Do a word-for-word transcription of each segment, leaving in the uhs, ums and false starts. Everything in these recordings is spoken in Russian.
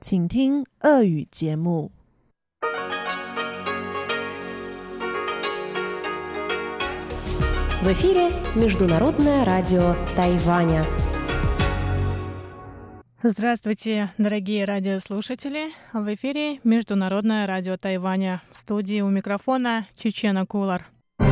请听俄语节目。 В эфире Международное радио Тайваня. Здравствуйте, дорогие радиослушатели! В эфире Международное радио Тайваня. В студии у микрофона Чечена Кулар.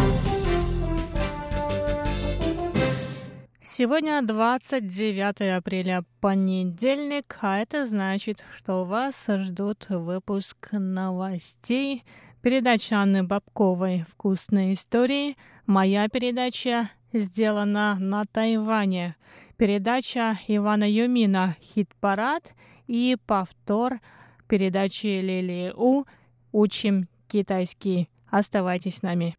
Сегодня двадцать девятое апреля, понедельник, а это значит, что вас ждут выпуск новостей, передача Анны Бабковой «Вкусные истории», моя передача «Сделана на Тайване», передача Ивана Юмина «Хит-парад» и повтор передачи Лилии У «Учим китайский». Оставайтесь с нами.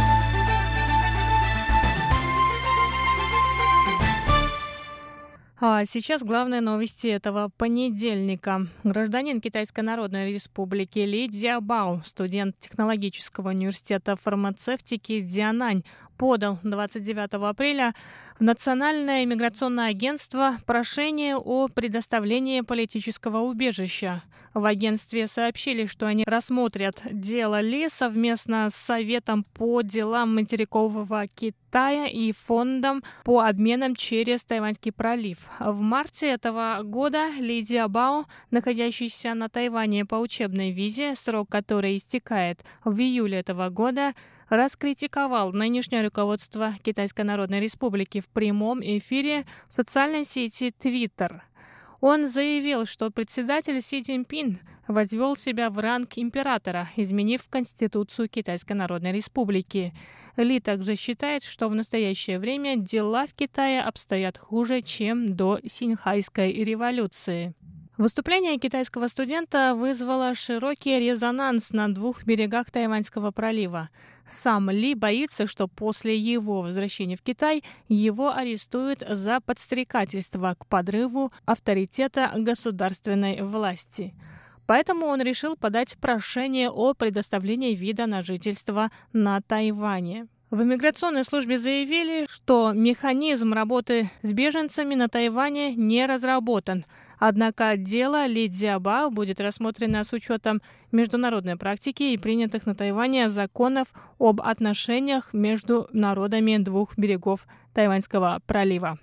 А сейчас главные новости этого понедельника. Гражданин Китайской Народной Республики Ли Дзябао, студент технологического университета фармацевтики Дианань, подал двадцать девятого апреля в Национальное иммиграционное агентство прошение о предоставлении политического убежища. В агентстве сообщили, что они рассмотрят дело Ли совместно с Советом по делам материкового Китая и Фондом по обменам через Тайваньский пролив. В марте этого года Ли Дзябао, находящийся на Тайване по учебной визе, срок которой истекает в июле этого года, раскритиковал нынешнее руководство Китайской Народной Республики в прямом эфире в социальной сети Twitter. Он заявил, что председатель Си Цзиньпин возвел себя в ранг императора, изменив Конституцию Китайской Народной Республики. Ли также считает, что в настоящее время дела в Китае обстоят хуже, чем до Синьхайской революции. Выступление китайского студента вызвало широкий резонанс на двух берегах Тайваньского пролива. Сам Ли боится, что после его возвращения в Китай его арестуют за подстрекательство к подрыву авторитета государственной власти. Поэтому он решил подать прошение о предоставлении вида на жительство на Тайване. В иммиграционной службе заявили, что механизм работы с беженцами на Тайване не разработан. Однако дело Ли Дзябао будет рассмотрено с учетом международной практики и принятых на Тайване законов об отношениях между народами двух берегов Тайваньского пролива.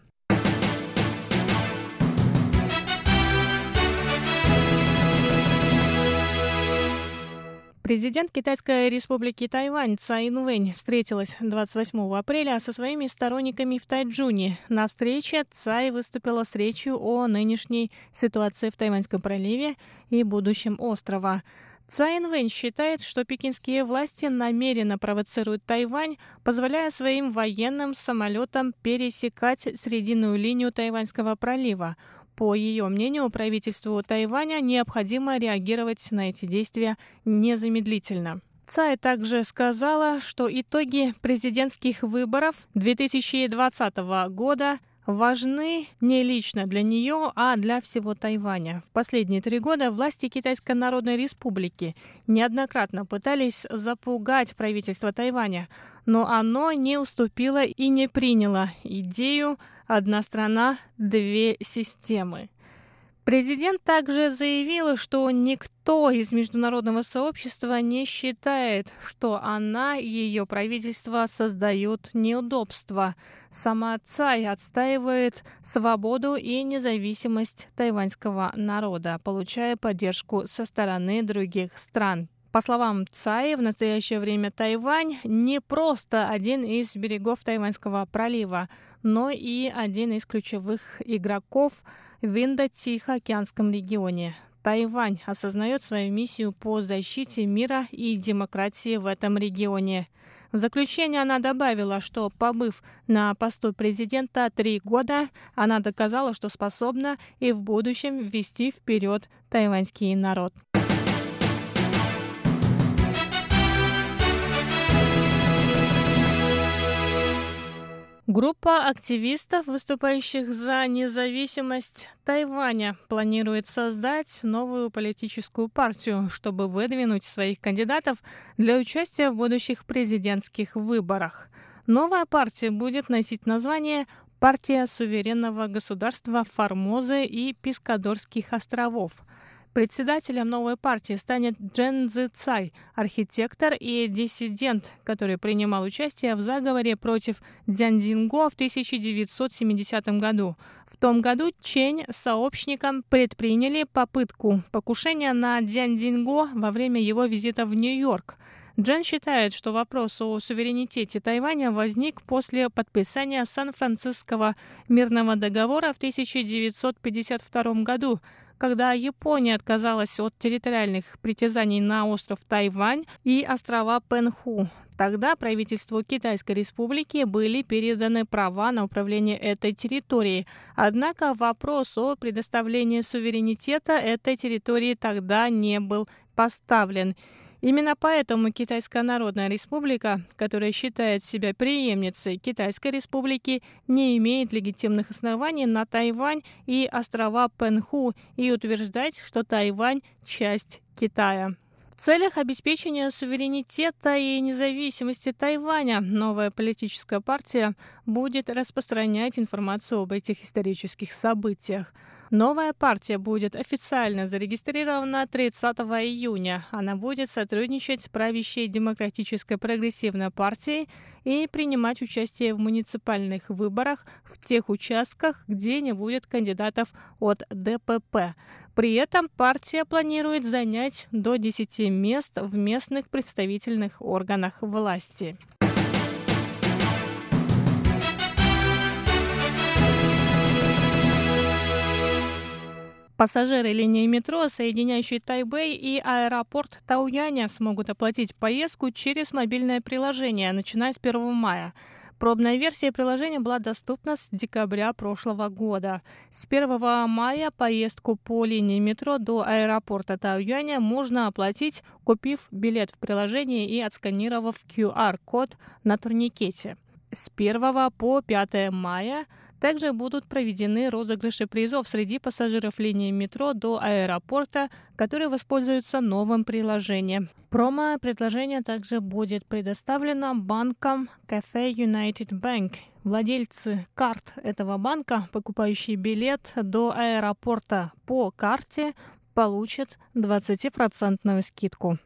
Президент Китайской республики Тайвань Цай Инвэнь встретилась двадцать восьмого апреля со своими сторонниками в Тайчжуне. На встрече Цай выступила с речью о нынешней ситуации в Тайваньском проливе и будущем острова. Цай Инвэнь считает, что пекинские власти намеренно провоцируют Тайвань, позволяя своим военным самолетам пересекать срединную линию Тайваньского пролива. По ее мнению, правительству Тайваня необходимо реагировать на эти действия незамедлительно. Цай также сказала, что итоги президентских выборов две тысячи двадцатого года важны не лично для нее, а для всего Тайваня. В последние три года власти Китайской Народной Республики неоднократно пытались запугать правительство Тайваня, но оно не уступило и не приняло идею «одна страна, две системы». Президент также заявил, что никто из международного сообщества не считает, что она и ее правительство создают неудобства. Сама Цай отстаивает свободу и независимость тайваньского народа, получая поддержку со стороны других стран. По словам Цай, в настоящее время Тайвань не просто один из берегов Тайваньского пролива, но и один из ключевых игроков в Индо-Тихоокеанском регионе. Тайвань осознает свою миссию по защите мира и демократии в этом регионе. В заключение она добавила, что, побыв на посту президента три года, она доказала, что способна и в будущем вести вперед тайваньский народ. Группа активистов, выступающих за независимость Тайваня, планирует создать новую политическую партию, чтобы выдвинуть своих кандидатов для участия в будущих президентских выборах. Новая партия будет носить название «Партия суверенного государства Формозы и Пескадорских островов». Председателем новой партии станет Чжэн Цзицай, архитектор и диссидент, который принимал участие в заговоре против Цзян Цзинго в тысяча девятьсот семидесятом году. В том году Чэнь с сообщником предприняли попытку покушения на Цзян Цзинго во время его визита в Нью-Йорк. Чжэн считает, что вопрос о суверенитете Тайваня возник после подписания Сан-Франциского мирного договора в тысяча девятьсот пятьдесят втором году, когда Япония отказалась от территориальных притязаний на остров Тайвань и острова Пэнху. Тогда правительству Китайской Республики были переданы права на управление этой территорией. Однако вопрос о предоставлении суверенитета этой территории тогда не был поставлен. Именно поэтому Китайская Народная Республика, которая считает себя преемницей Китайской Республики, не имеет легитимных оснований на Тайвань и острова Пэнху и утверждать, что Тайвань – часть Китая. В целях обеспечения суверенитета и независимости Тайваня новая политическая партия будет распространять информацию об этих исторических событиях. Новая партия будет официально зарегистрирована тридцатого июня. Она будет сотрудничать с правящей Демократической прогрессивной партией и принимать участие в муниципальных выборах в тех участках, где не будет кандидатов от Дэ Пэ Пэ. При этом партия планирует занять до десяти мест в местных представительных органах власти. Пассажиры линии метро, соединяющей Тайбэй и аэропорт Таоюаня, смогут оплатить поездку через мобильное приложение, начиная с первого мая. Пробная версия приложения была доступна с декабря прошлого года. С первого мая поездку по линии метро до аэропорта Таоюаня можно оплатить, купив билет в приложении и отсканировав ку ар-код на турникете. С первого по пятое мая также будут проведены розыгрыши призов среди пассажиров линии метро до аэропорта, которые воспользуются новым приложением. Промо-предложение также будет предоставлено банком Cathay United Bank. Владельцы карт этого банка, покупающие билет до аэропорта по карте, получат двадцатипроцентную скидку.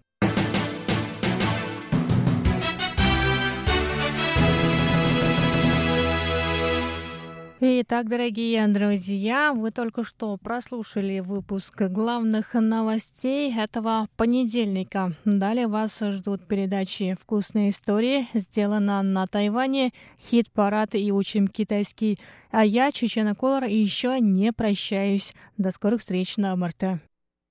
Итак, дорогие друзья, вы только что прослушали выпуск главных новостей этого понедельника. Далее вас ждут передачи «Вкусные истории», «Сделано на Тайване», «Хит-парад» и «Учим китайский». А я, Чечена Колор, и еще не прощаюсь. До скорых встреч на эм эр тэ.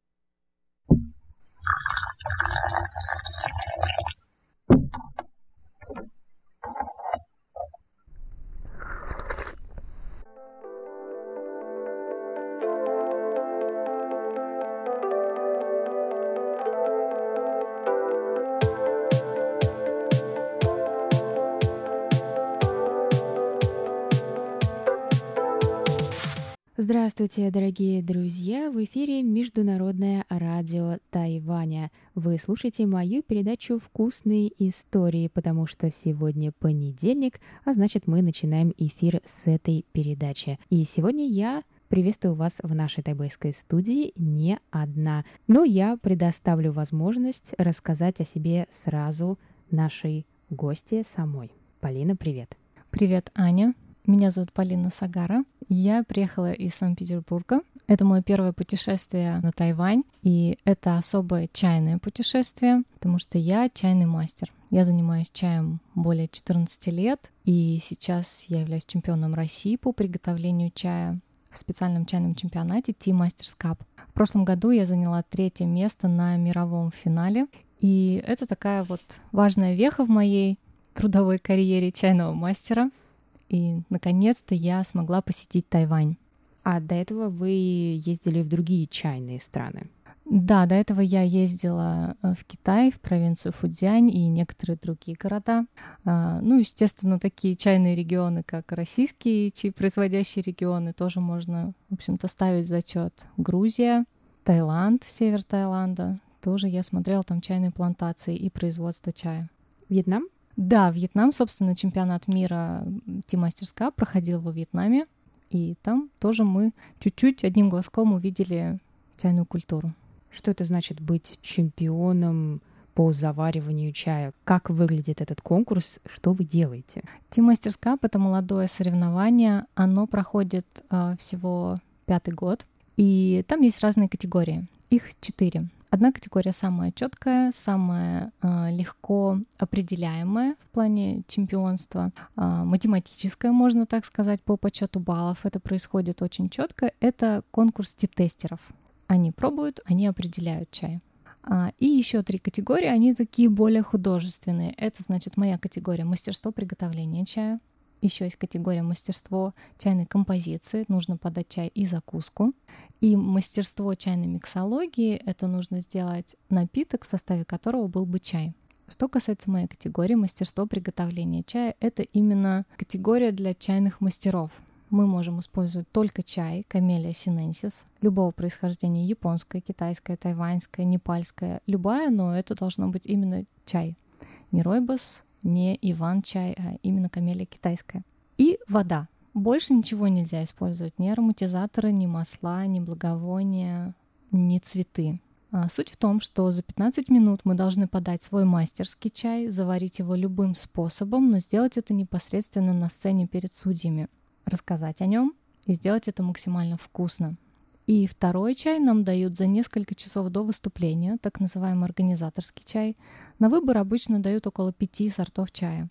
Здравствуйте, дорогие друзья! В эфире Международное радио Тайваня. Вы слушаете мою передачу «Вкусные истории», потому что сегодня понедельник, а значит, мы начинаем эфир с этой передачи. И сегодня я приветствую вас в нашей тайбэйской студии не одна, но я предоставлю возможность рассказать о себе сразу нашей гости самой. Полина, привет! Привет, Аня! Меня зовут Полина Сагара. Я приехала из Санкт-Петербурга. Это мое первое путешествие на Тайвань, и это особое чайное путешествие, потому что я чайный мастер. Я занимаюсь чаем более четырнадцати лет, и сейчас я являюсь чемпионом России по приготовлению чая в специальном чайном чемпионате Tea Masters Cup. В прошлом году я заняла третье место на мировом финале, и это такая вот важная веха в моей трудовой карьере чайного мастера. И, наконец-то, я смогла посетить Тайвань. А до этого вы ездили в другие чайные страны? Да, до этого я ездила в Китай, в провинцию Фудзянь и некоторые другие города. Ну, естественно, такие чайные регионы, как российские чаепроизводящие регионы, тоже можно, в общем-то, ставить в зачет. Грузия, Таиланд, север Таиланда. Тоже я смотрела там чайные плантации и производство чая. Вьетнам? Да, Вьетнам, собственно, чемпионат мира Tea Masters Cup проходил во Вьетнаме, и там тоже мы чуть-чуть одним глазком увидели чайную культуру. Что это значит быть чемпионом по завариванию чая? Как выглядит этот конкурс? Что вы делаете? Team Masters Cup — это молодое соревнование. Оно проходит э, всего пятый год. И там есть разные категории. Их четыре. Одна категория самая четкая, самая э, легко определяемая в плане чемпионства, э, математическая, можно так сказать, по подсчету баллов. Это происходит очень четко. Это конкурс тестеров. Они пробуют, они определяют чай. А, и еще три категории, они такие более художественные. Это, значит, моя категория мастерство приготовления чая. Еще есть категория мастерство чайной композиции, нужно подать чай и закуску. И мастерство чайной миксологии — это нужно сделать напиток, в составе которого был бы чай. Что касается моей категории мастерство приготовления чая, это именно категория для чайных мастеров. Мы можем использовать только чай Camellia sinensis, любого происхождения, японское, китайское, тайваньское, непальское, любая, но это должно быть именно чай. Не ройбос, не иван-чай, а именно камелия китайская. И вода. Больше ничего нельзя использовать. Ни ароматизаторы, ни масла, ни благовония, ни цветы. А суть в том, что за пятнадцать минут мы должны подать свой мастерский чай, заварить его любым способом, но сделать это непосредственно на сцене перед судьями. Рассказать о нем и сделать это максимально вкусно. И второй чай нам дают за несколько часов до выступления, так называемый организаторский чай. На выбор обычно дают около пяти сортов чая.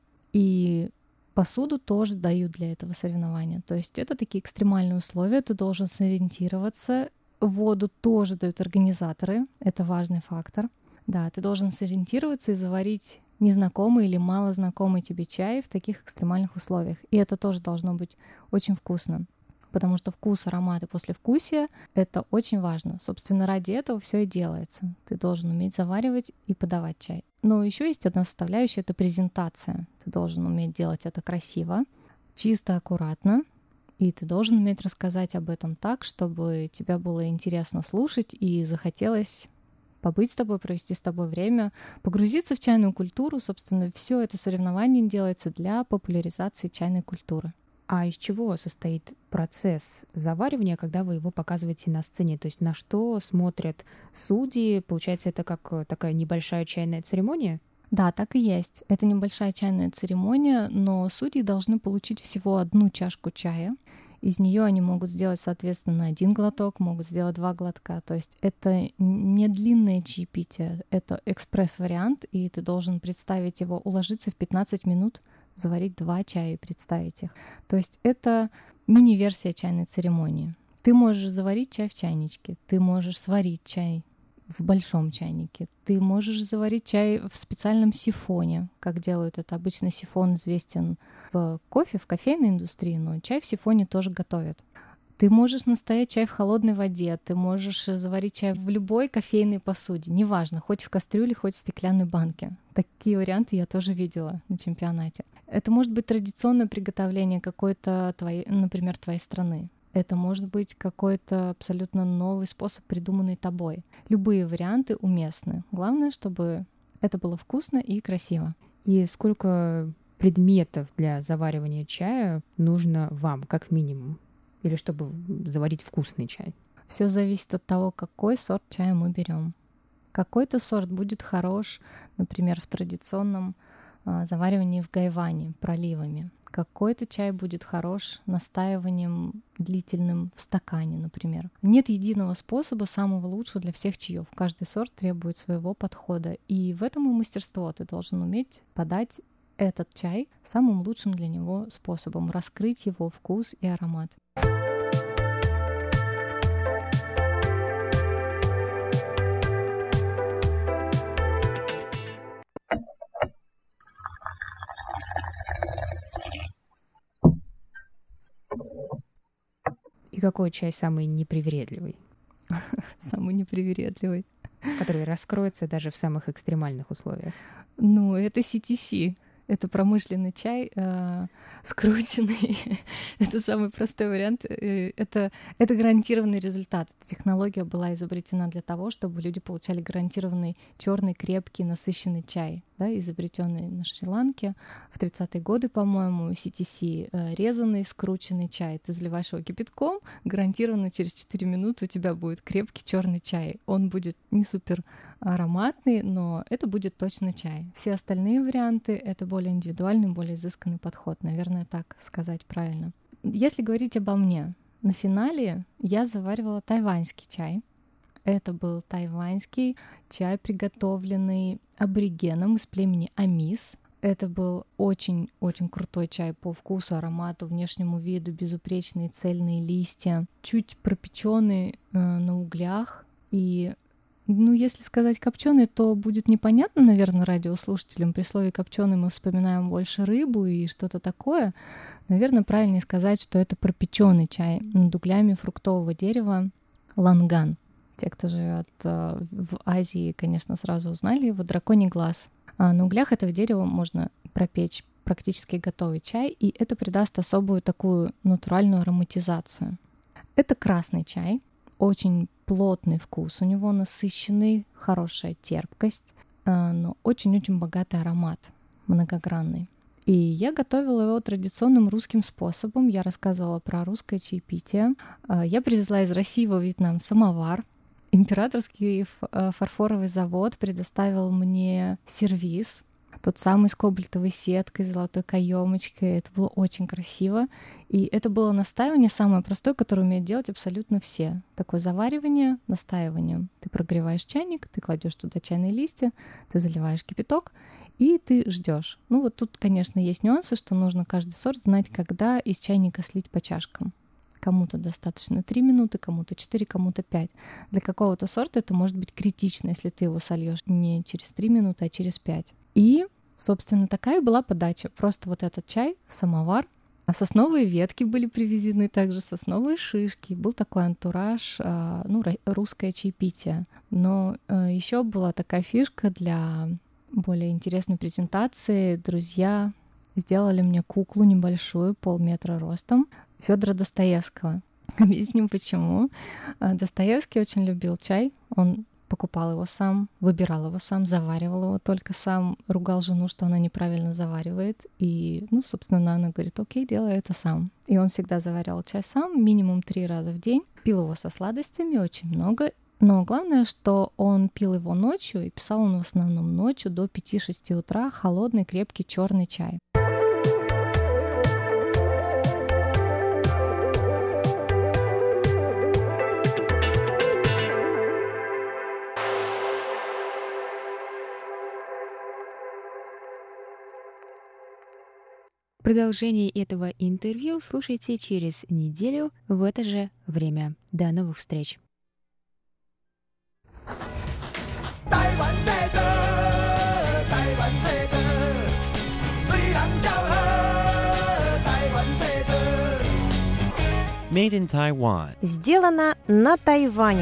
И посуду тоже дают для этого соревнования. То есть это такие экстремальные условия, ты должен сориентироваться. Воду тоже дают организаторы, это важный фактор. Да, ты должен сориентироваться и заварить незнакомый или малознакомый тебе чай в таких экстремальных условиях. И это тоже должно быть очень вкусно, потому что вкус, аромат и послевкусие — это очень важно. Собственно, ради этого все и делается. Ты должен уметь заваривать и подавать чай. Но еще есть одна составляющая — это презентация. Ты должен уметь делать это красиво, чисто, аккуратно, и ты должен уметь рассказать об этом так, чтобы тебя было интересно слушать и захотелось побыть с тобой, провести с тобой время, погрузиться в чайную культуру. Собственно, все это соревнование делается для популяризации чайной культуры. А из чего состоит процесс заваривания, когда вы его показываете на сцене? То есть на что смотрят судьи? Получается, это как такая небольшая чайная церемония? Да, так и есть. Это небольшая чайная церемония, но судьи должны получить всего одну чашку чая. Из нее они могут сделать, соответственно, один глоток, могут сделать два глотка. То есть это не длинное чаепитие, это экспресс-вариант, и ты должен представить его, уложиться в пятнадцать минут, заварить два чая и представить их. То есть это мини-версия чайной церемонии. Ты можешь заварить чай в чайничке, ты можешь сварить чай в большом чайнике, ты можешь заварить чай в специальном сифоне, как делают это. Обычно сифон известен в кофе, в кофейной индустрии, но чай в сифоне тоже готовят. Ты можешь настоять чай в холодной воде, ты можешь заварить чай в любой кофейной посуде, неважно, хоть в кастрюле, хоть в стеклянной банке. Такие варианты я тоже видела на чемпионате. Это может быть традиционное приготовление какой-то, твоей, например, твоей страны. Это может быть какой-то абсолютно новый способ, придуманный тобой. Любые варианты уместны. Главное, чтобы это было вкусно и красиво. И сколько предметов для заваривания чая нужно вам, как минимум? Или чтобы заварить вкусный чай? Все зависит от того, какой сорт чая мы берем. Какой-то сорт будет хорош, например, в традиционном а, заваривании в гайване, проливами. Какой-то чай будет хорош настаиванием длительным в стакане, например. Нет единого способа самого лучшего для всех чаев. Каждый сорт требует своего подхода. И в этом и мастерство. Ты должен уметь подать этот чай самым лучшим для него способом, раскрыть его вкус и аромат. И какой чай самый непривередливый? Самый непривередливый. Который раскроется даже в самых экстремальных условиях. Ну, это си ти си. Это промышленный чай, э, скрученный. Это самый простой вариант. Это, это гарантированный результат. Эта технология была изобретена для того, чтобы люди получали гарантированный черный, крепкий, насыщенный чай. да, изобретенный на Шри-Ланке в тридцатые годы, по-моему, си ти си, резанный, скрученный чай. Ты заливаешь его кипятком, гарантированно через четыре минуты у тебя будет крепкий черный чай. Он будет не супер ароматный, но это будет точно чай. Все остальные варианты — это более индивидуальный, более изысканный подход, наверное, так сказать правильно. Если говорить обо мне, на финале я заваривала тайваньский чай. Это был тайваньский чай, приготовленный аборигеном из племени Амис. Это был очень-очень крутой чай по вкусу, аромату, внешнему виду, безупречные цельные листья, чуть пропеченный э, на углях. И, ну, если сказать копченый, то будет непонятно, наверное, радиослушателям. При слове копченый мы вспоминаем больше рыбу и что-то такое. Наверное, правильнее сказать, что это пропеченный чай над углями фруктового дерева ланган. Те, кто живет в Азии, конечно, сразу узнали его, драконий глаз. А на углях этого дерева можно пропечь практически готовый чай, и это придаст особую такую натуральную ароматизацию. Это красный чай, очень плотный вкус, у него насыщенный, хорошая терпкость, но очень-очень богатый аромат, многогранный. И я готовила его традиционным русским способом. Я рассказывала про русское чаепитие. Я привезла из России во Вьетнам самовар. Императорский фарфоровый завод предоставил мне сервиз, тот самый с кобальтовой сеткой, золотой каемочкой. Это было очень красиво. И это было настаивание самое простое, которое умеют делать абсолютно все. Такое заваривание настаиванием. Ты прогреваешь чайник, ты кладешь туда чайные листья, ты заливаешь кипяток, и ты ждешь. Ну вот тут, конечно, есть нюансы, что нужно каждый сорт знать, когда из чайника слить по чашкам. Кому-то достаточно три минуты, кому-то четыре, кому-то пять. Для какого-то сорта это может быть критично, если ты его сольешь не через три минуты, а через пять. И, собственно, такая была подача. Просто вот этот чай, самовар, а сосновые ветки были привезены, также сосновые шишки. Был такой антураж, ну, русское чаепитие. Но еще была такая фишка для более интересной презентации. Друзья сделали мне куклу небольшую, полметра ростом, Фёдора Достоевского. Объясню почему. Достоевский очень любил чай. Он покупал его сам, выбирал его сам, заваривал его только сам, ругал жену, что она неправильно заваривает. И, ну, собственно, она говорит: окей, делай это сам. И он всегда заваривал чай сам, минимум три раза в день. Пил его со сладостями, очень много. Но главное, что он пил его ночью, и писал он в основном ночью до пяти-шести утра холодный, крепкий черный чай. Продолжение этого интервью слушайте через неделю в это же время. До новых встреч! Made in Taiwan. Сделано на Тайване.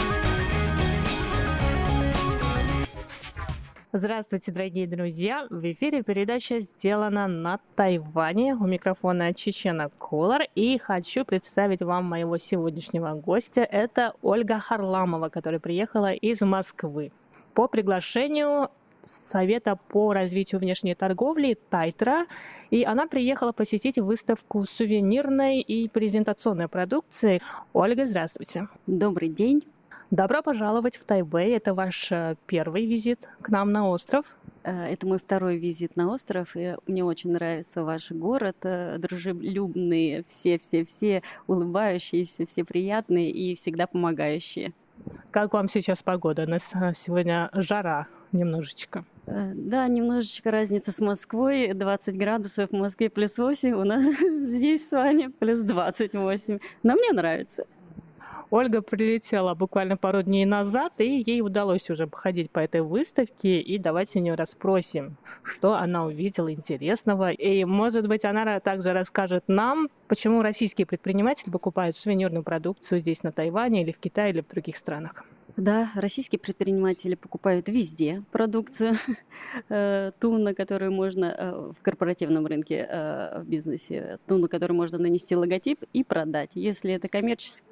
Здравствуйте, дорогие друзья! В эфире передача «Сделано на Тайване». У микрофона Чечена Колор. И хочу представить вам моего сегодняшнего гостя. Это Ольга Харламова, которая приехала из Москвы по приглашению Совета по развитию внешней торговли Тайтра. И она приехала посетить выставку сувенирной и презентационной продукции. Ольга, здравствуйте! Добрый день! Добро пожаловать в Тайбэй. Это ваш первый визит к нам на остров. Это мой второй визит на остров, и мне очень нравится ваш город. Дружелюбные, все-все-все, улыбающиеся, все приятные и всегда помогающие. Как вам сейчас погода? У нас сегодня жара немножечко. Да, немножечко разница с Москвой. двадцать градусов в Москве плюс восемь, у нас здесь с вами плюс двадцать восемь. Но мне нравится. Ольга прилетела буквально пару дней назад, и ей удалось уже походить по этой выставке, и давайте у нее расспросим, что она увидела интересного. И, может быть, она также расскажет нам, почему российские предприниматели покупают сувенирную продукцию здесь, на Тайване, или в Китае, или в других странах. Да, российские предприниматели покупают везде продукцию, ту, на которую можно в корпоративном рынке, в бизнесе, ту, на которую можно нанести логотип и продать. Если это коммерческий,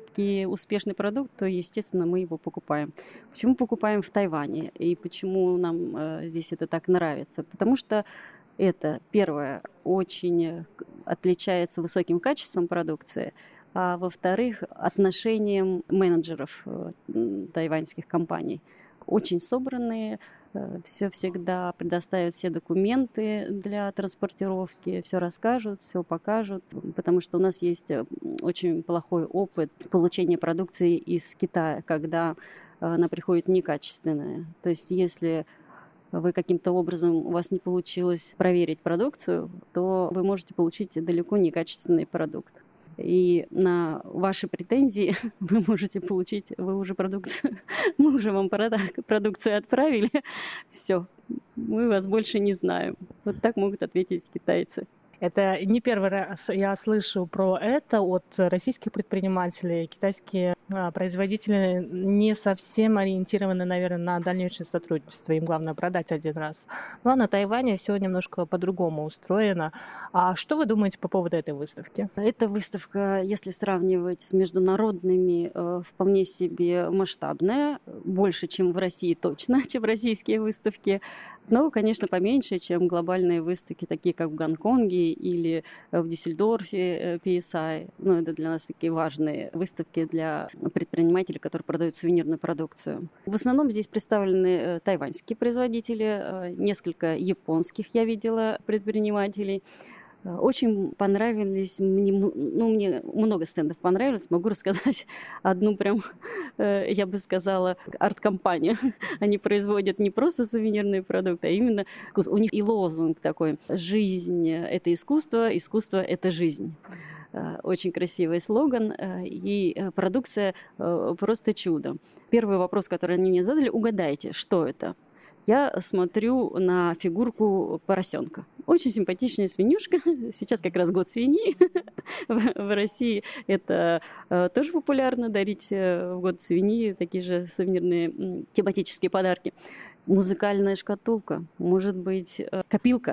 все-таки успешный продукт, то, естественно, мы его покупаем. Почему покупаем в Тайване и почему нам э, здесь это так нравится? Потому что это, первое, очень отличается высоким качеством продукции, а во-вторых, отношением менеджеров э, тайваньских компаний. Очень собранные, все всегда предоставят все документы для транспортировки, все расскажут, все покажут, потому что у нас есть очень плохой опыт получения продукции из Китая, когда она приходит некачественная. То есть если вы каким-то образом, у вас не получилось проверить продукцию, то вы можете получить далеко некачественный продукт. И на ваши претензии вы можете получить, вы уже продукцию, мы уже вам продукцию отправили, все, мы вас больше не знаем. Вот так могут ответить китайцы. Это не первый раз я слышу про это от российских предпринимателей. Китайские производители не совсем ориентированы, наверное, на дальнейшее сотрудничество. Им главное продать один раз. Ну а на Тайване все немножко по-другому устроено. А что вы думаете по поводу этой выставки? Эта выставка, если сравнивать с международными, вполне себе масштабная. Больше, чем в России точно, чем российские выставки. Но, конечно, поменьше, чем глобальные выставки, такие как в Гонконге или в Дюссельдорфе пи эс ай. Ну, это для нас такие важные выставки для предпринимателей, которые продают сувенирную продукцию. В основном здесь представлены тайваньские производители, несколько японских я видела предпринимателей. Очень понравились, мне, ну, мне много стендов понравилось. Могу рассказать одну прям, я бы сказала, арт-компанию. Они производят не просто сувенирные продукты, а именно у них и лозунг такой: «Жизнь – это искусство, искусство – это жизнь». Очень красивый слоган, и продукция просто чудо. Первый вопрос, который они мне задали: угадайте, что это? Я смотрю на фигурку поросенка. Очень симпатичная свинюшка. Сейчас как раз год свиньи. В России это тоже популярно, дарить в год свиньи такие же сувенирные тематические подарки. Музыкальная шкатулка, может быть, копилка.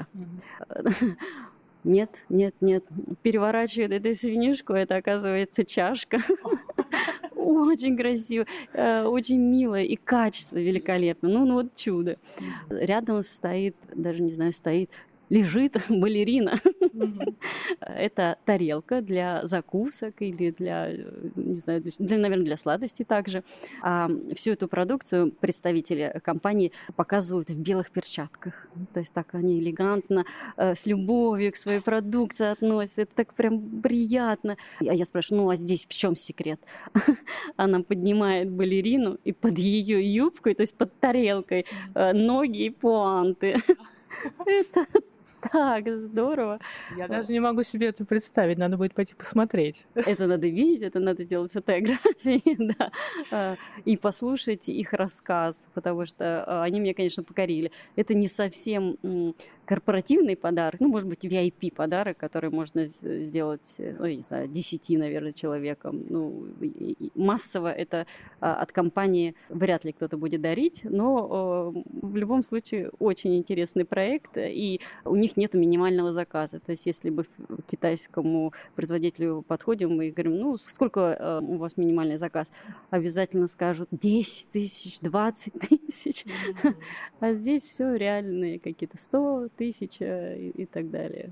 Нет, нет, нет. Переворачивает эту свинюшку, это оказывается чашка. Очень красиво, очень мило, и качество великолепно. Ну, ну вот чудо. Рядом стоит, даже не знаю, стоит, лежит балерина. Mm-hmm. Это тарелка для закусок или для, не знаю, для, наверное, для сладостей также. А всю эту продукцию представители компании показывают в белых перчатках. То есть так они элегантно, с любовью к своей продукции относятся. Это так прям приятно. А я спрашиваю: ну а здесь в чем секрет? Она поднимает балерину, и под ее юбкой, то есть под тарелкой, ноги и пуанты. Это так здорово. Я даже не могу себе это представить. Надо будет пойти посмотреть. Это надо видеть, это надо сделать фотографии, да, и послушать их рассказ, потому что они меня, конечно, покорили. Это не совсем корпоративный подарок, ну, может быть, ви ай пи подарок, который можно сделать, ну, я не знаю, десяти, наверное, человекам. Ну, массово это от компании вряд ли кто-то будет дарить, но в любом случае очень интересный проект, и у них нет минимального заказа. То есть если бы к китайскому производителю подходим и говорим: ну, сколько у вас минимальный заказ? Обязательно скажут десять тысяч, двадцать тысяч. Mm-hmm. А здесь все реальные какие-то сто тысяч и, и так далее.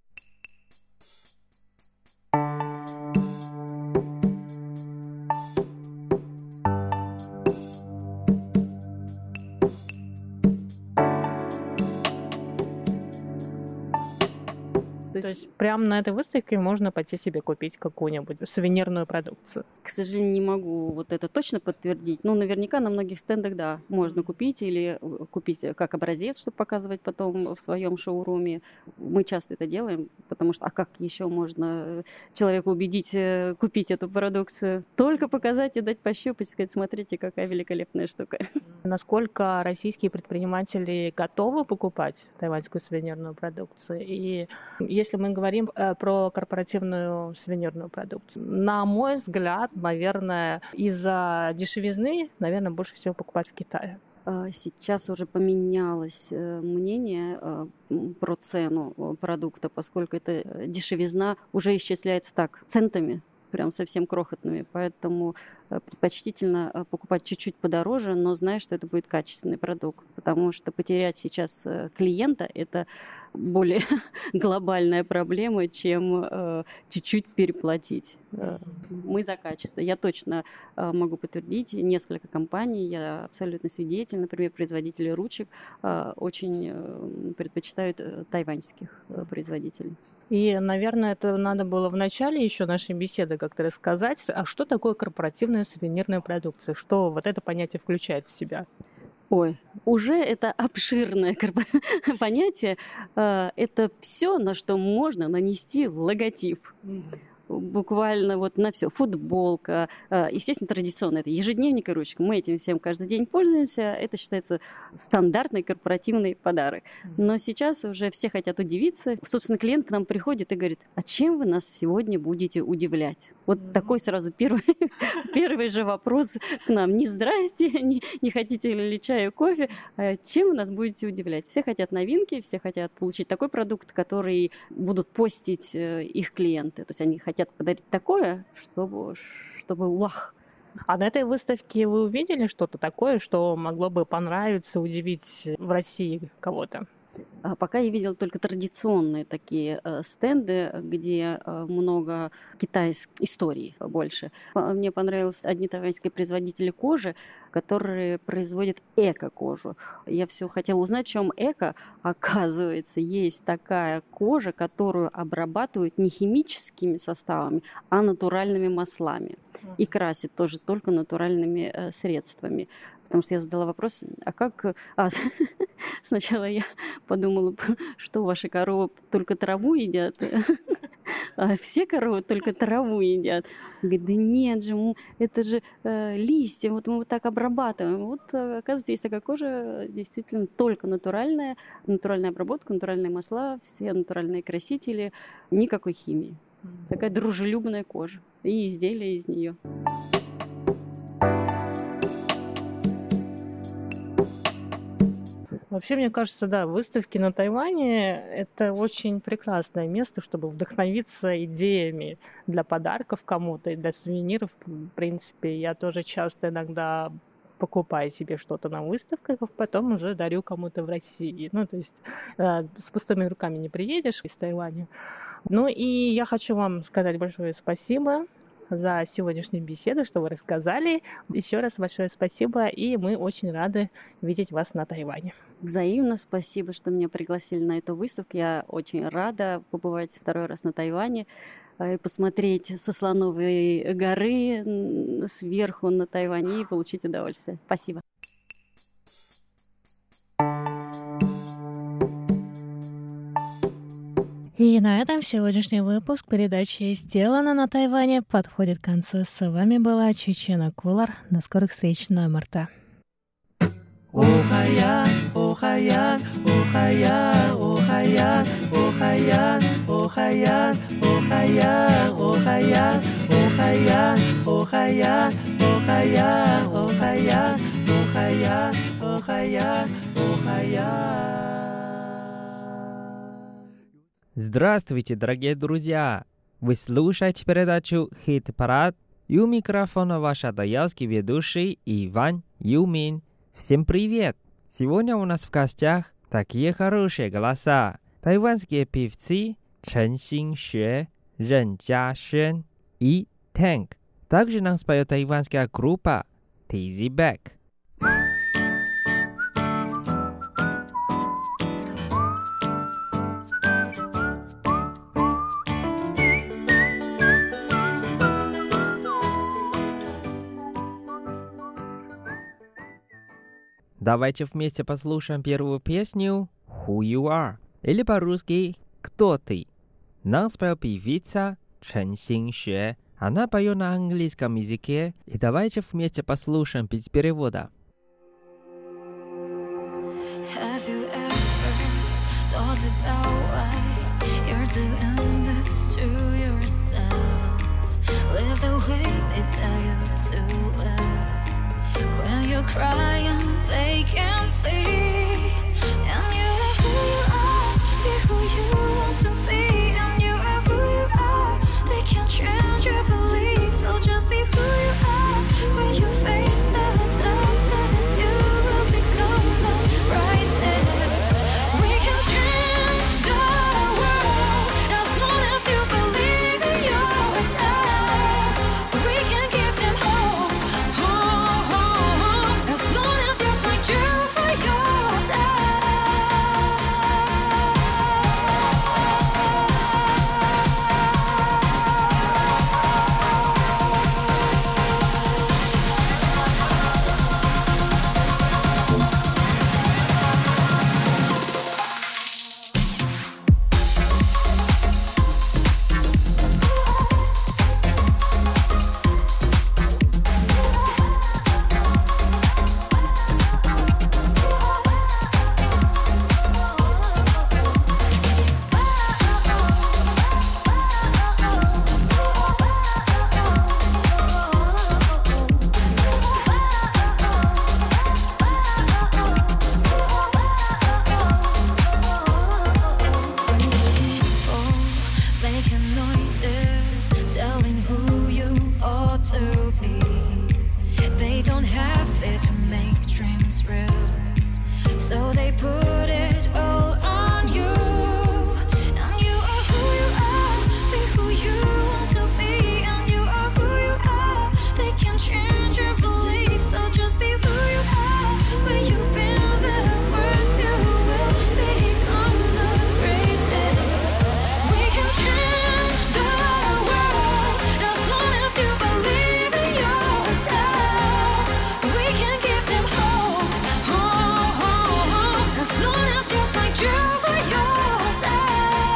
То есть прямо на этой выставке можно пойти себе купить какую-нибудь сувенирную продукцию? К сожалению, не могу вот это точно подтвердить. Но наверняка на многих стендах, да, можно купить или купить как образец, чтобы показывать потом в своем шоуруме. Мы часто это делаем, потому что а как еще можно человека убедить купить эту продукцию? Только показать и дать пощупать, сказать: смотрите, какая великолепная штука. Насколько российские предприниматели готовы покупать тайваньскую сувенирную продукцию? И если мы говорим э, про корпоративную сувенирную продукцию, на мой взгляд, наверное, из-за дешевизны, наверное, больше всего покупать в Китае. Сейчас уже поменялось мнение про цену продукта, поскольку эта дешевизна уже исчисляется так, центами. прям совсем крохотными, поэтому предпочтительно покупать чуть-чуть подороже, но зная, что это будет качественный продукт, потому что потерять сейчас клиента – это более глобальная проблема, чем чуть-чуть переплатить. Мы за качество. Я точно могу подтвердить, несколько компаний, я абсолютно свидетель, например, производители ручек очень предпочитают тайваньских производителей. И, наверное, это надо было в начале еще нашей беседы как-то рассказать. А что такое корпоративная сувенирная продукция? Что вот это понятие включает в себя? Ой, уже это обширное понятие. Это все, на что можно нанести логотип. Буквально вот на все. Футболка, естественно, традиционно это ежедневник и ручка. Мы этим всем каждый день пользуемся. Это считается стандартный корпоративный подарок. Но сейчас уже все хотят удивиться. Собственно, клиент к нам приходит и говорит: а чем вы нас сегодня будете удивлять? Вот mm-hmm. такой сразу первый, первый же вопрос к нам. Не здрасте, не, не хотите ли чаю, кофе, а чем вы нас будете удивлять? Все хотят новинки, все хотят получить такой продукт, который будут постить их клиенты. То есть они хотят хотят подарить такое, чтобы, чтобы вах. А на этой выставке вы увидели что-то такое, что могло бы понравиться, удивить в России кого-то? Пока я видела только традиционные такие э, стенды, где э, много китайской истории больше. Мне понравились одни тайваньские производители кожи, которые производят эко-кожу. Я все хотела узнать, в чем эко. Оказывается, есть такая кожа, которую обрабатывают не химическими составами, а натуральными маслами. И красят тоже только натуральными э, средствами. Потому что я задала вопрос, а как... А, сначала я подумала, что ваши коровы только траву едят, а все коровы только траву едят. Говорит, да нет же, это же э, листья, вот мы вот так обрабатываем. Вот, оказывается, есть такая кожа, действительно только натуральная, натуральная обработка, натуральные масла, все натуральные красители, никакой химии. Такая дружелюбная кожа и изделия из нее. Вообще, мне кажется, да, выставки на Тайване – это очень прекрасное место, чтобы вдохновиться идеями для подарков кому-то и для сувениров. В принципе, я тоже часто иногда покупаю себе что-то на выставках, а потом уже дарю кому-то в России. Ну, то есть э, с пустыми руками не приедешь из Тайваня. Ну, и я хочу вам сказать большое спасибо за сегодняшнюю беседу, что вы рассказали. Еще раз большое спасибо, и мы очень рады видеть вас на Тайване. Взаимно спасибо, что меня пригласили на эту выставку. Я очень рада побывать второй раз на Тайване и посмотреть со Слоновой горы сверху на Тайване и получить удовольствие. Спасибо. И на этом сегодняшний выпуск передачи «Сделано на Тайване» подходит к концу. С вами была Чечена Кулар. До скорых встреч на МРТ. Охаян, охаян, охаян, охаян, охаян, охаян, охаян, охаян, охаян, охаян, охаян, охаян, охаян, охаян, охаян. Здравствуйте, дорогие друзья! Вы слушаете передачу «Хит-парад», и у микрофона ваш адаялский ведущий Иван Юмин. Всем привет! Сегодня у нас в гостях такие хорошие голоса. Тайванские певцы Чен Xinxue, Рен Jiaxuan и Tank. Также нам споет тайванская группа Tizzy Bac. Давайте вместе послушаем первую песню «Who You Are» или по-русски «Кто ты?». Нам спела певица Чен Xinxue. Она поет на английском языке, и давайте вместе послушаем без перевода. Have you ever thought about why you're doing this to yourself? Live the way they tell you to live. When you're crying, they can't see. And you are who you are, be who you want to be. And you are who you are, they can't change your beliefs. so they put it all on you. And you are who you are, be who you want to be. And you are who you are, they can change your beliefs, so just be who you are. When you've been the worst, you will become the greatest. We can change the world as long as you believe in yourself. We can give them hope, oh, oh, oh, as long as you find true for yourself.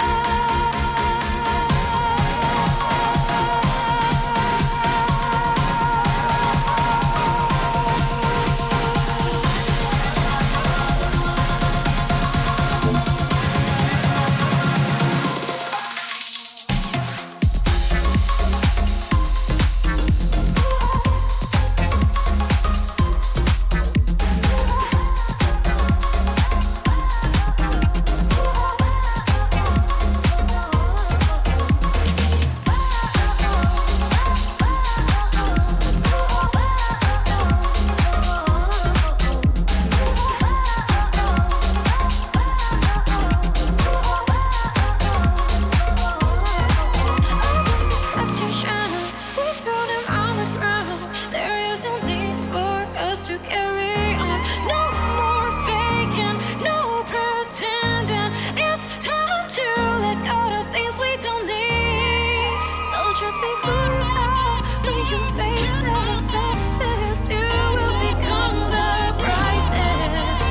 Expectations, we throw them on the ground. There is no need for us to carry on. No more faking, no pretending. It's time to let go of things we don't need. So just be who you are. When you face the toughest, you will become the brightest.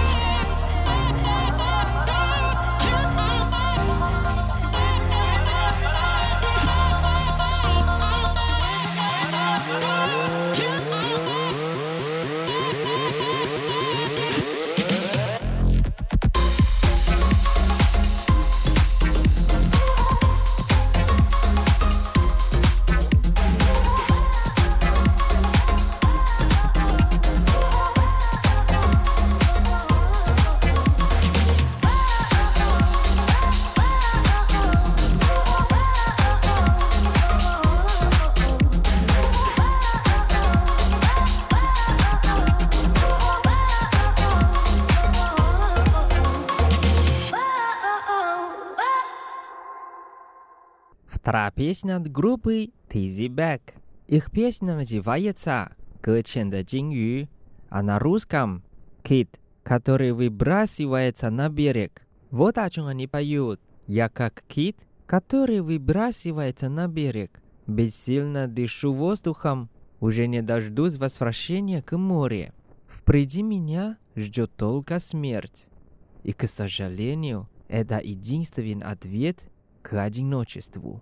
Вторая песня от группы Tizzy Bac. Их песня называется «Гэчэн дэ Джинью», а на русском «Кит, который выбрасывается на берег». Вот о чем они поют. «Я как кит, который выбрасывается на берег. Бессильно дышу воздухом, уже не дождусь возвращения к морю. Впереди меня ждет только смерть. И, к сожалению, это единственный ответ к одиночеству».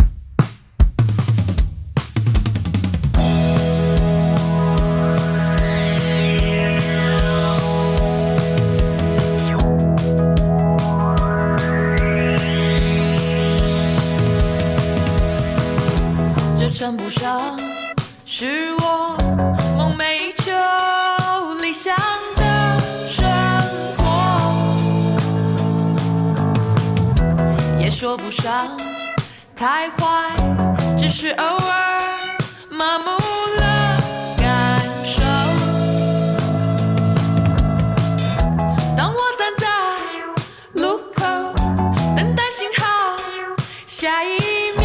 称不上是我梦寐以求理想的生活，也说不上太坏，只是偶尔麻木了感受。当我站在路口等待信号，下一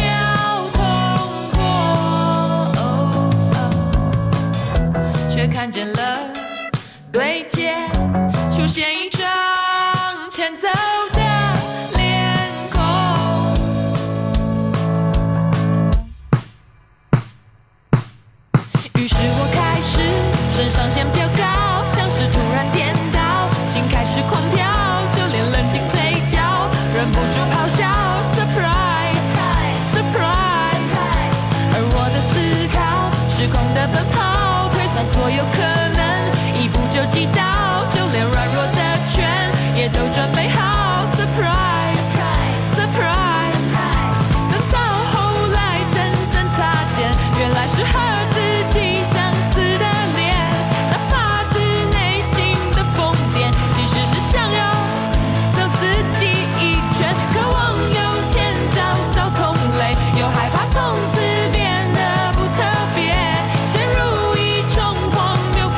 看见了对街出现一张欠走的脸孔，于是我开始身上先飙高，像是突然颠倒，心开始狂跳，就连冷静嘴角忍不住咆哮 Surprise Surprise， 而我的思考失控的奔跑，所有可能一步就击倒，就连软弱的拳也都准备好 Surprise Surprise， 等到后来真正擦肩，原来是和自己相似的脸，那发自内心的疯癫，其实是想要走自己一圈，渴望有天找到同类，又害怕从此变得不特别，陷入一种荒谬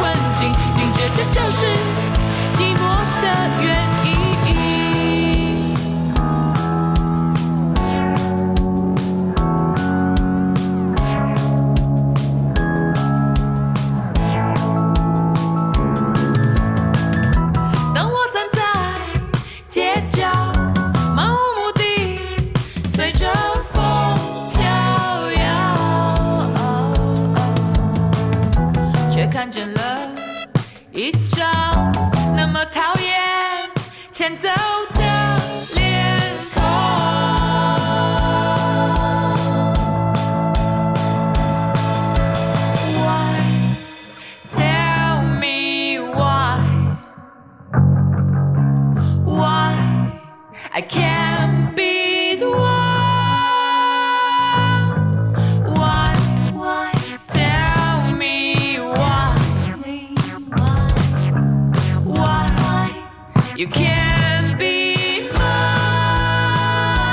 牵走的脸孔。Why? Tell me why? Why I can't be the one? Why? Why? Tell me why? Why you can't be mine?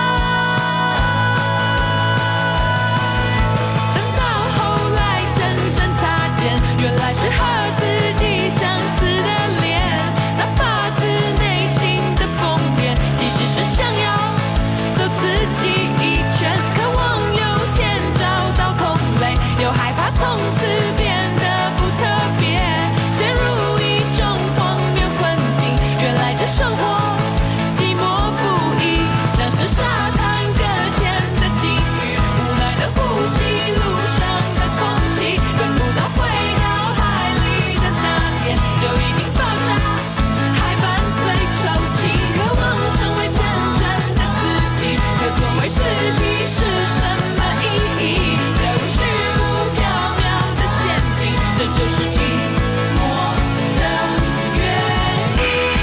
等到后来真正擦肩，原来是和自己相似的脸，那发自内心的疯癫，其实是想要走自己一圈，渴望有天找到同类，又害怕从此变得不特别，陷入一种荒谬困境。原来这生活寂寞不已，像是沙滩搁浅的鲸鱼，无奈的呼吸路上的空气，等不到回到海里的那天，就已经爆炸，还伴随抽泣，渴望成为真正的自己，可所谓自己是什么意义？掉入虚无缥缈的陷阱，这就是寂寞的原因。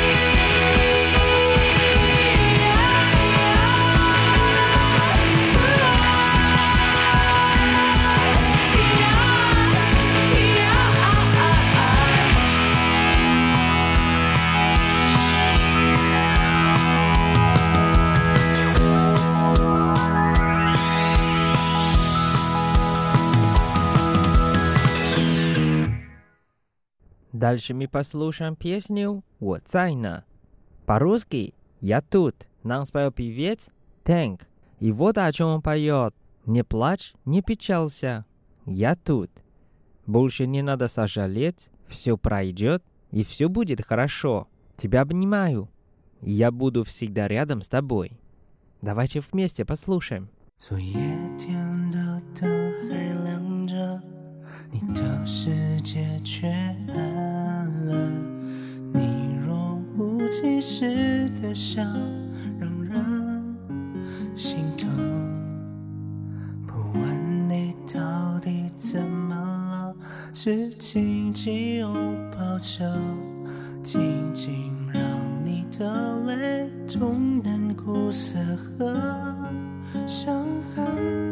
Дальше мы послушаем песню «Вот Зайна». По-русски «Я тут» нам спел певец Тэнк. И вот о чем он поет. Не плачь, не печалься, я тут. Больше не надо сожалеть, все пройдет и все будет хорошо. Тебя обнимаю, и я буду всегда рядом с тобой. Давайте вместе послушаем. 昨夜天的灯还亮着，你的世界却暗了。你若无其事的笑，让人心疼。不问你到底怎么了，只紧紧拥抱着，静静让你的泪冲淡苦涩和伤痕。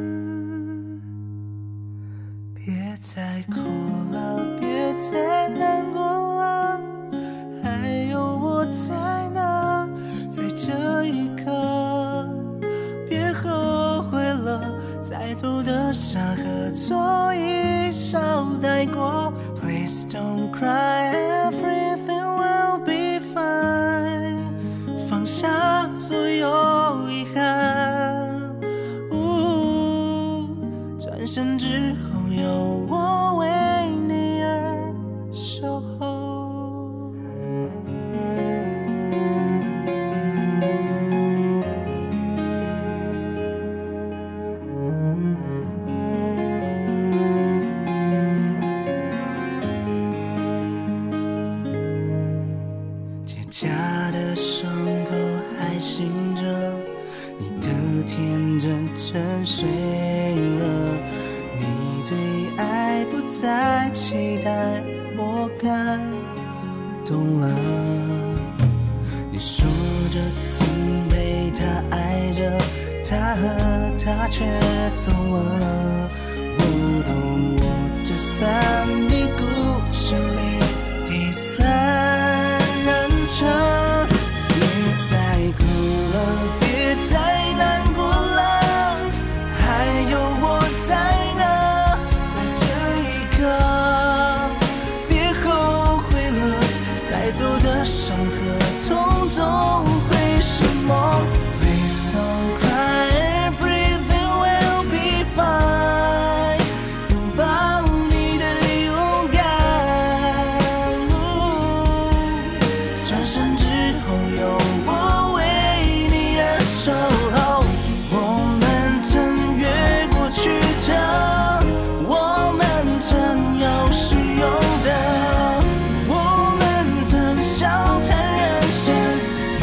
别再哭了，别再难过了，还有我在呢，在这一刻，别后悔了，再多的伤和错一笑带过。Please don't cry, everything will be fine。放下所有遗憾，呜，转身之后有我为你而守候。结痂的伤口还醒着，你的天真沉睡了，你对爱不再期待，我感动了。你说着曾被他爱着，他和他却走了，不懂我这算你故事里第三人称。别再哭了，别再难过了，还有我在呢，在这一刻，别后悔了，再多的伤和痛总会是梦。Please don't cry, everything will be fine。拥抱你的勇敢，转身之后有我为你而守候。我们曾越过曲折，我们曾有始有得，我们曾笑谈人生，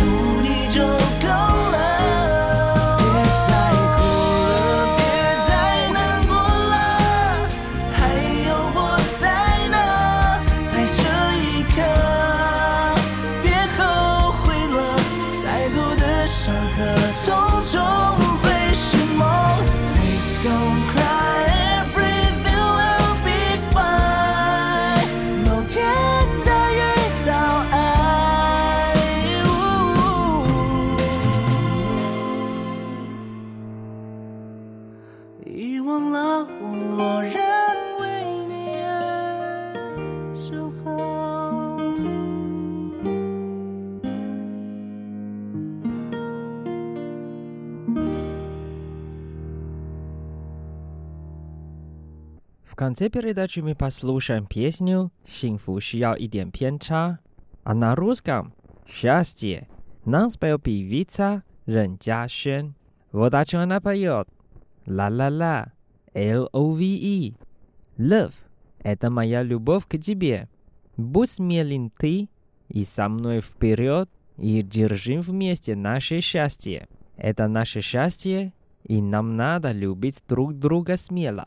конце передачи мы послушаем песню «幸福需要一点偏差», а на русском «Счастье» нам спел певица Рен Jiaxuan. Вот о чем она поет. Ла-ла-ла, L O V E. Love – это моя любовь к тебе. Будь смелым ты и со мной вперед, и держим вместе наше счастье. Это наше счастье, и нам надо любить друг друга смело.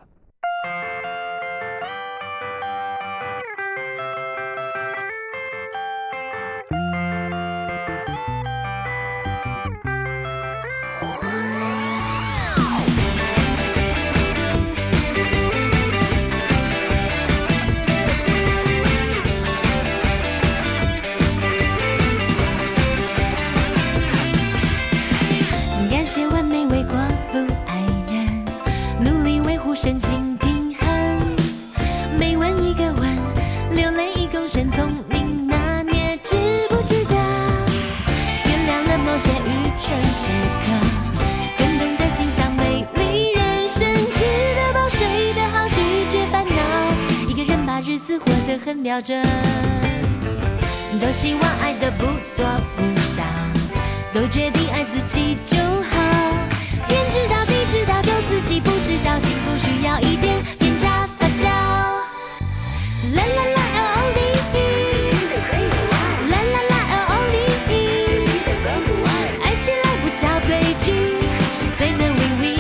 都希望爱的不多不少，都决定爱自己就好。天知道地知道，就自己不知道，幸福需要一点偏差发酵。啦啦啦 L O V E， 啦啦啦 L O V E， 爱起来不找规矩，最能 win win。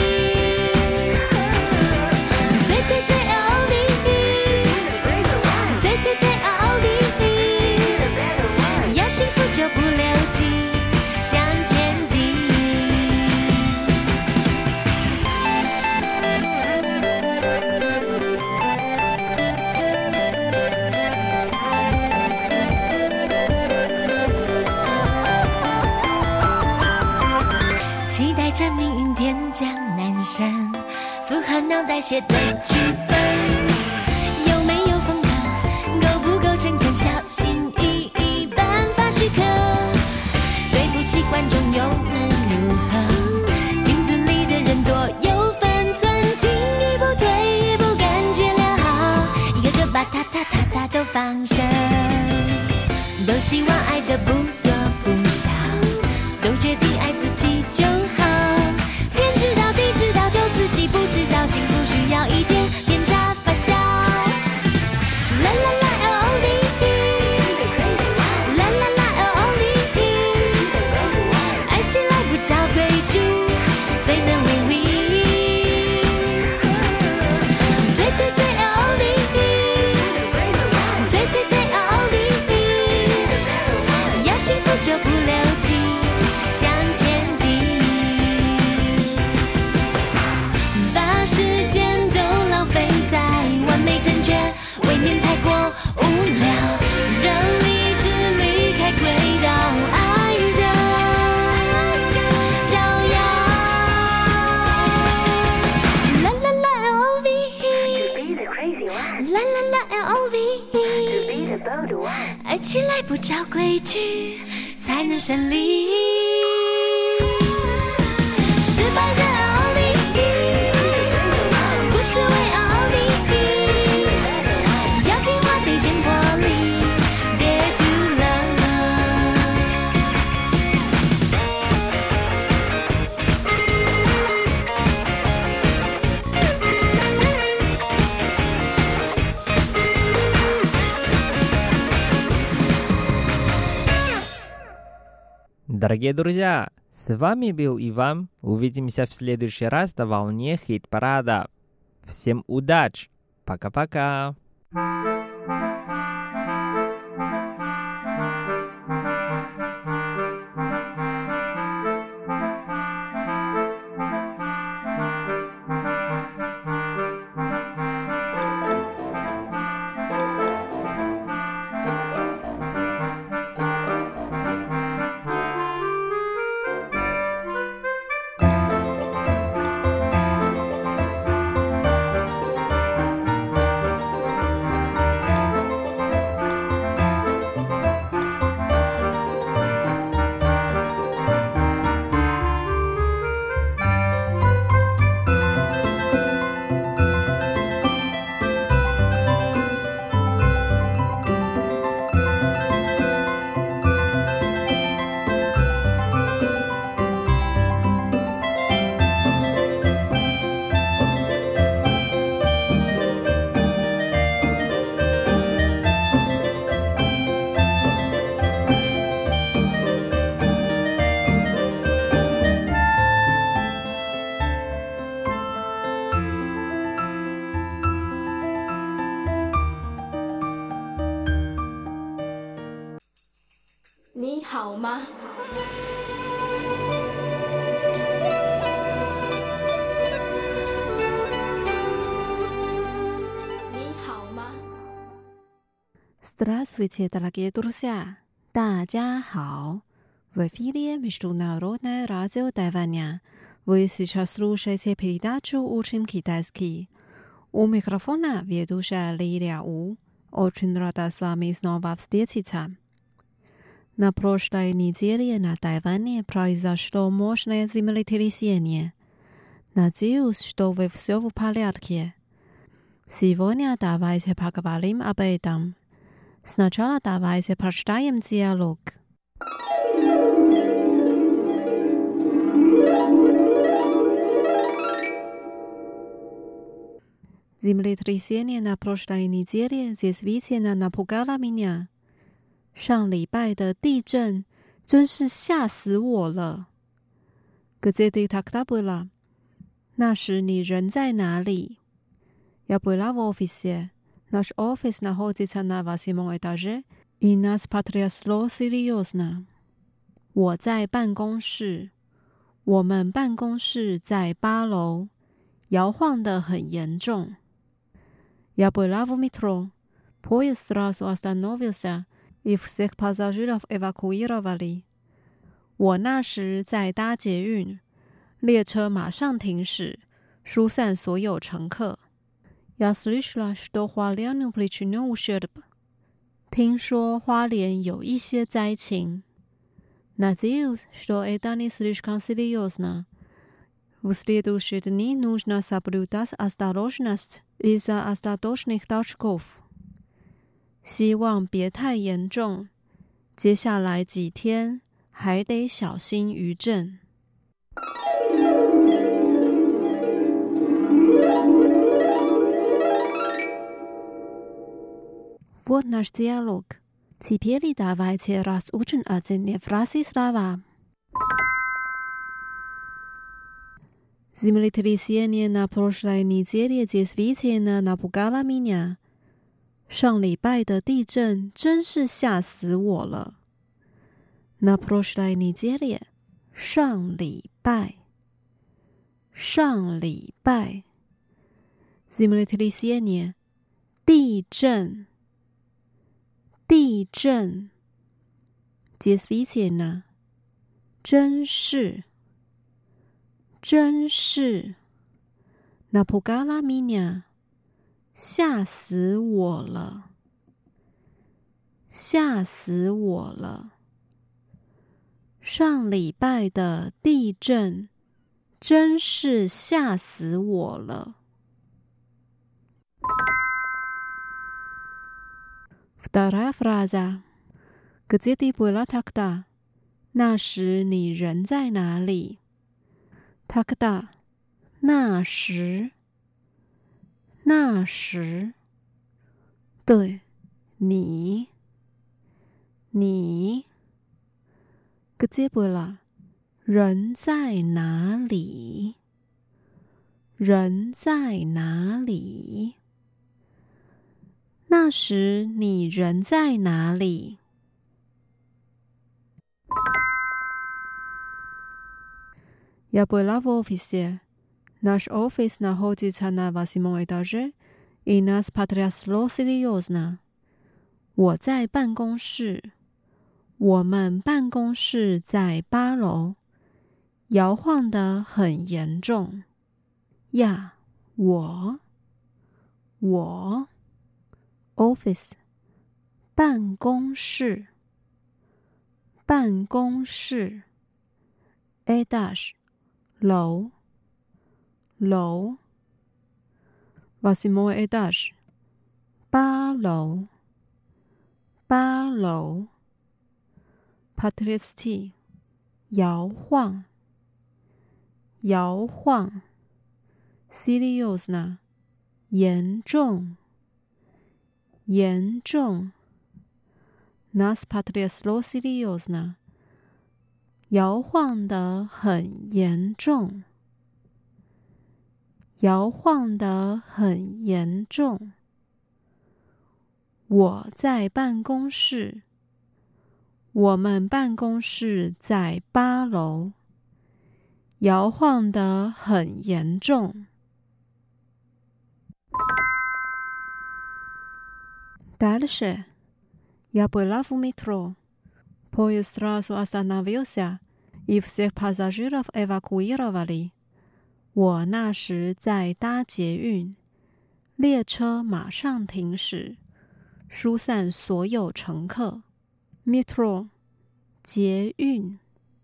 对对对 L O V E， 对对对 L O V E， 要幸福就不留情，向前进。期待着命运天降南山，符合脑袋写的剧本。有没有风格？够不够诚恳？小心翼翼，办法许可。对不起观众又能如何？镜子里的人多有分寸，进一步退一步，感觉良好。一个个把他他他他都放生，都希望爱的不多不少，都决定爱自己就好。天知道地知道，就自己不知道，幸福需要一点偏差发酵。啦啦啦 L O V E， 啦啦啦 L O V E， 爱起来不找规矩，最能 win win。对对对 L O V E， 对对对 L O V E， 要幸福就不留情，向前进。把时间都浪费在完美正确，未免太过无聊，让理智离开轨道，爱的照耀。啦啦啦 L O V E， 啦啦啦 L O V E， 爱起来不找规矩，才能胜利。失败的 L O V E， 不是为 L O V E， 要进化得先破例 ，Dare to love。 Дорогие друзья, с вами был Иван. Увидимся в следующий раз на волне хит-парада. Всем удачи. Пока-пока. 你好吗？你好吗？ Здравствуйте, дорогие друзья! 大家好! В эфире Международное радио Тайваня. Вы сейчас слушаете передачу «Учим китайский». У микрофона ведущая Лилия У. Очень рада с вами снова встретиться. На прошлой неделе на Тайване произошло мощное землетрясение. Надеюсь, что вы все в порядке. Сегодня давайте поговорим об этом. Сначала давайте прочитаем диалог. Землетрясение на прошлой неделе действительно напугало меня. 上礼拜的地震真是吓死我了。Где ты тогда была? 那时你人在哪里？ Я была в офисе. Наш офис находится на восьмом этаже, и нас потрясло серьезно. 我在办公室。我们办公室在八楼，摇晃得很严重。Я была в метро. Поезд сразу остановился, и всех пассажиров эвакуировали. 我那时在搭捷运，列车马上停驶，疏散所有乘客。Я слышала, что Хуалянь причинен ущерб. 听说花莲有一些灾情。Надеюсь, что это не слишком серьезно. В следующие дни нужно соблюдать осторожность из-за остаточных толчков. 希望别太严重，接下来几天还得小心余震。Вот наш диалог. Теперь давайте разучим отдельные фразы и слова. Землетрясение на прошлой неделе действительно напугало меня. 上礼拜的地震真是吓死我了。На прошлой неделе 上礼拜上礼拜 Землетрясение 地震地震 Действительно 真是真是 Напугало меня吓死我了，吓死我了。上礼拜的地震真是吓死我了。Вторая фраза. Где ты была тогда? 那时你人在哪里？ Тогда 那时那时，对，你，你 ，где была？ 人在哪里？人在哪里？那时你人在哪里？ Я была в офисе. Наш офис находится на восьмом этаже, и нас потрясло серьезно. 我在办公室，我们办公室在八楼，摇晃得很严重。呀，我，我 ，office， 办公室，办公室 ，etage， 楼。楼 Восьмой этаж 八楼八楼 Потрясти 摇晃摇晃 Серьезно 严重严重 Нас потрясло серьезно 摇晃得很严重摇晃得很严重。我在办公室， 我们办公室在八楼，摇晃得很严重。Дальше я была в метро. Поезд сразу остановился, и всех пассажиров эвакуировали. 我那时在搭捷运，列车马上停驶，疏散所有乘客。Metro 捷运，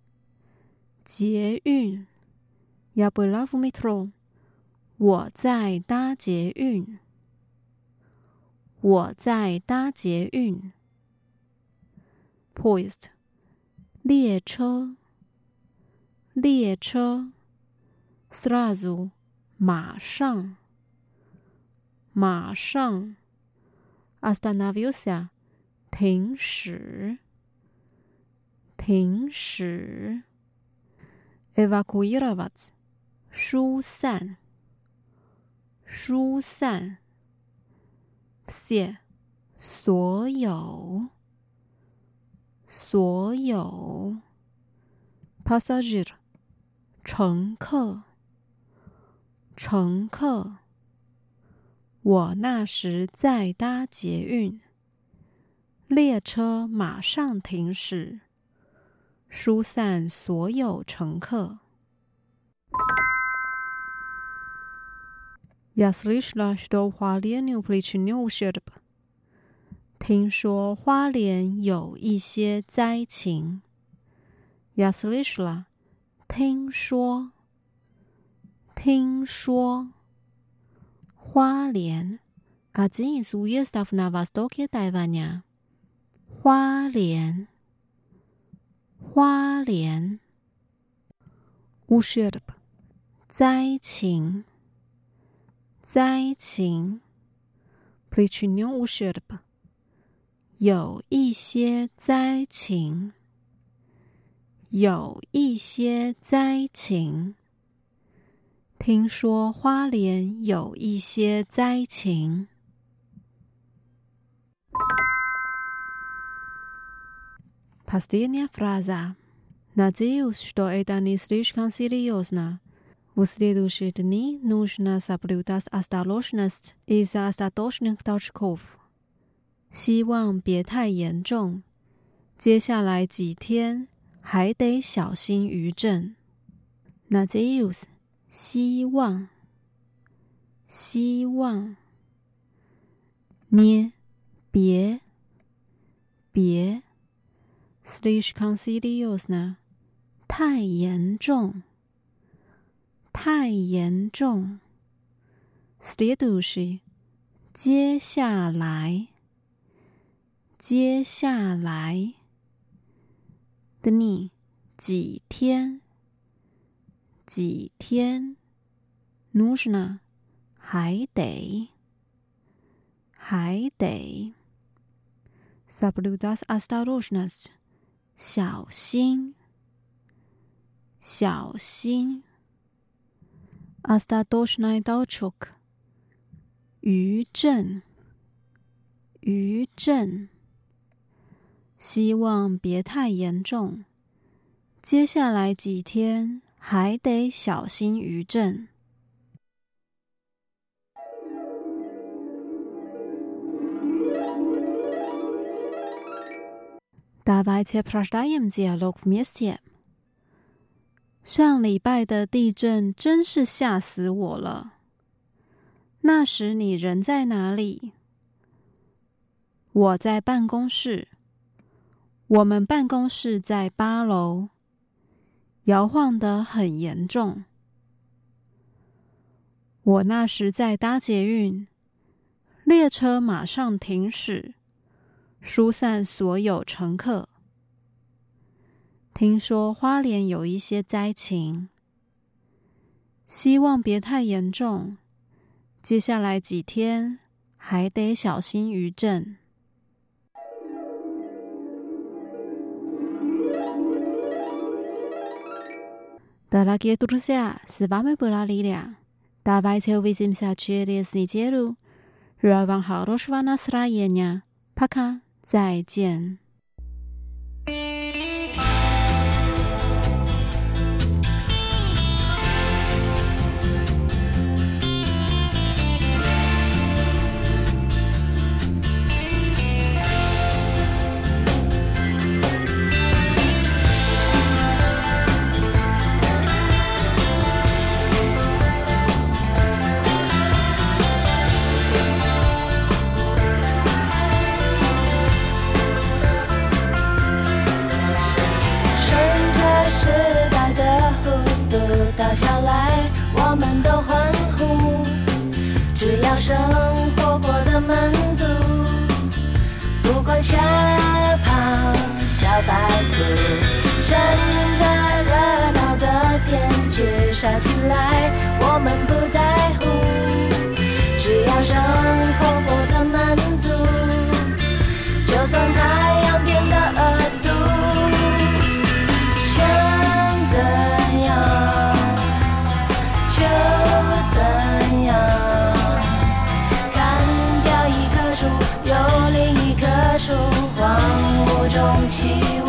捷运。Я была в метро. 我在搭捷运，我在搭捷运。Poезd 列车，列车。Сразу 马上，马上。Остановился 停驶，停驶。Эвакуировать 疏散，疏散。Все 所有，所有。Пассажир 乘客，乘客。我那时在搭捷运，列车马上停驶，疏散所有乘客。Я слышала, что в Хуалине причинил ущерб. 听说花莲有一些灾情。Я слышала 听说，听说。花莲 Один из уездов на востоке Тайваня. 花莲，花莲。Ущерб 灾情，灾情。Причинил ущерб 有一些灾情，有一些灾情。听说花莲有一些灾情。Последняя фраза. Надеюсь, что это не слишком серьезно. В следующие дни нужно соблюдать осторожность из-за остаточных толчков. 希望别太严重，接下来几天还得小心余震。Надеюсь希望，希望。捏，别，别。Слишком серьезно 太严重，太严重。Следующий 接下来，接下来。Дни 几天，几天。Нужно 还得，还得。Соблюдать осторожность 小心，小心。Остаточный толчок 余震，余震。希望别太严重，接下来几天还得小心余震。Давайте прочитаем диалог вместе. 上礼拜的地震真是吓死我了。那时你人在哪里？我在办公室。我们办公室在八楼，摇晃得很严重。我那时在搭捷运，列车马上停驶，疏散所有乘客。听说花莲有一些灾情，希望别太严重，接下来几天还得小心余震。Дорогие друзья, с вами была Лилия. Давайте увидимся через неделю. Желаю вам хорошего настроения. Пока. 再见。 倒下来，我们都欢呼。只要生活过得满足，不管小跑小白兔，趁着热闹的天剧杀起来，我们不在乎。只要生活过得满足，就算太阳变得恶毒，想怎样就怎样。砍掉一棵树，有另一棵树，荒芜中起舞。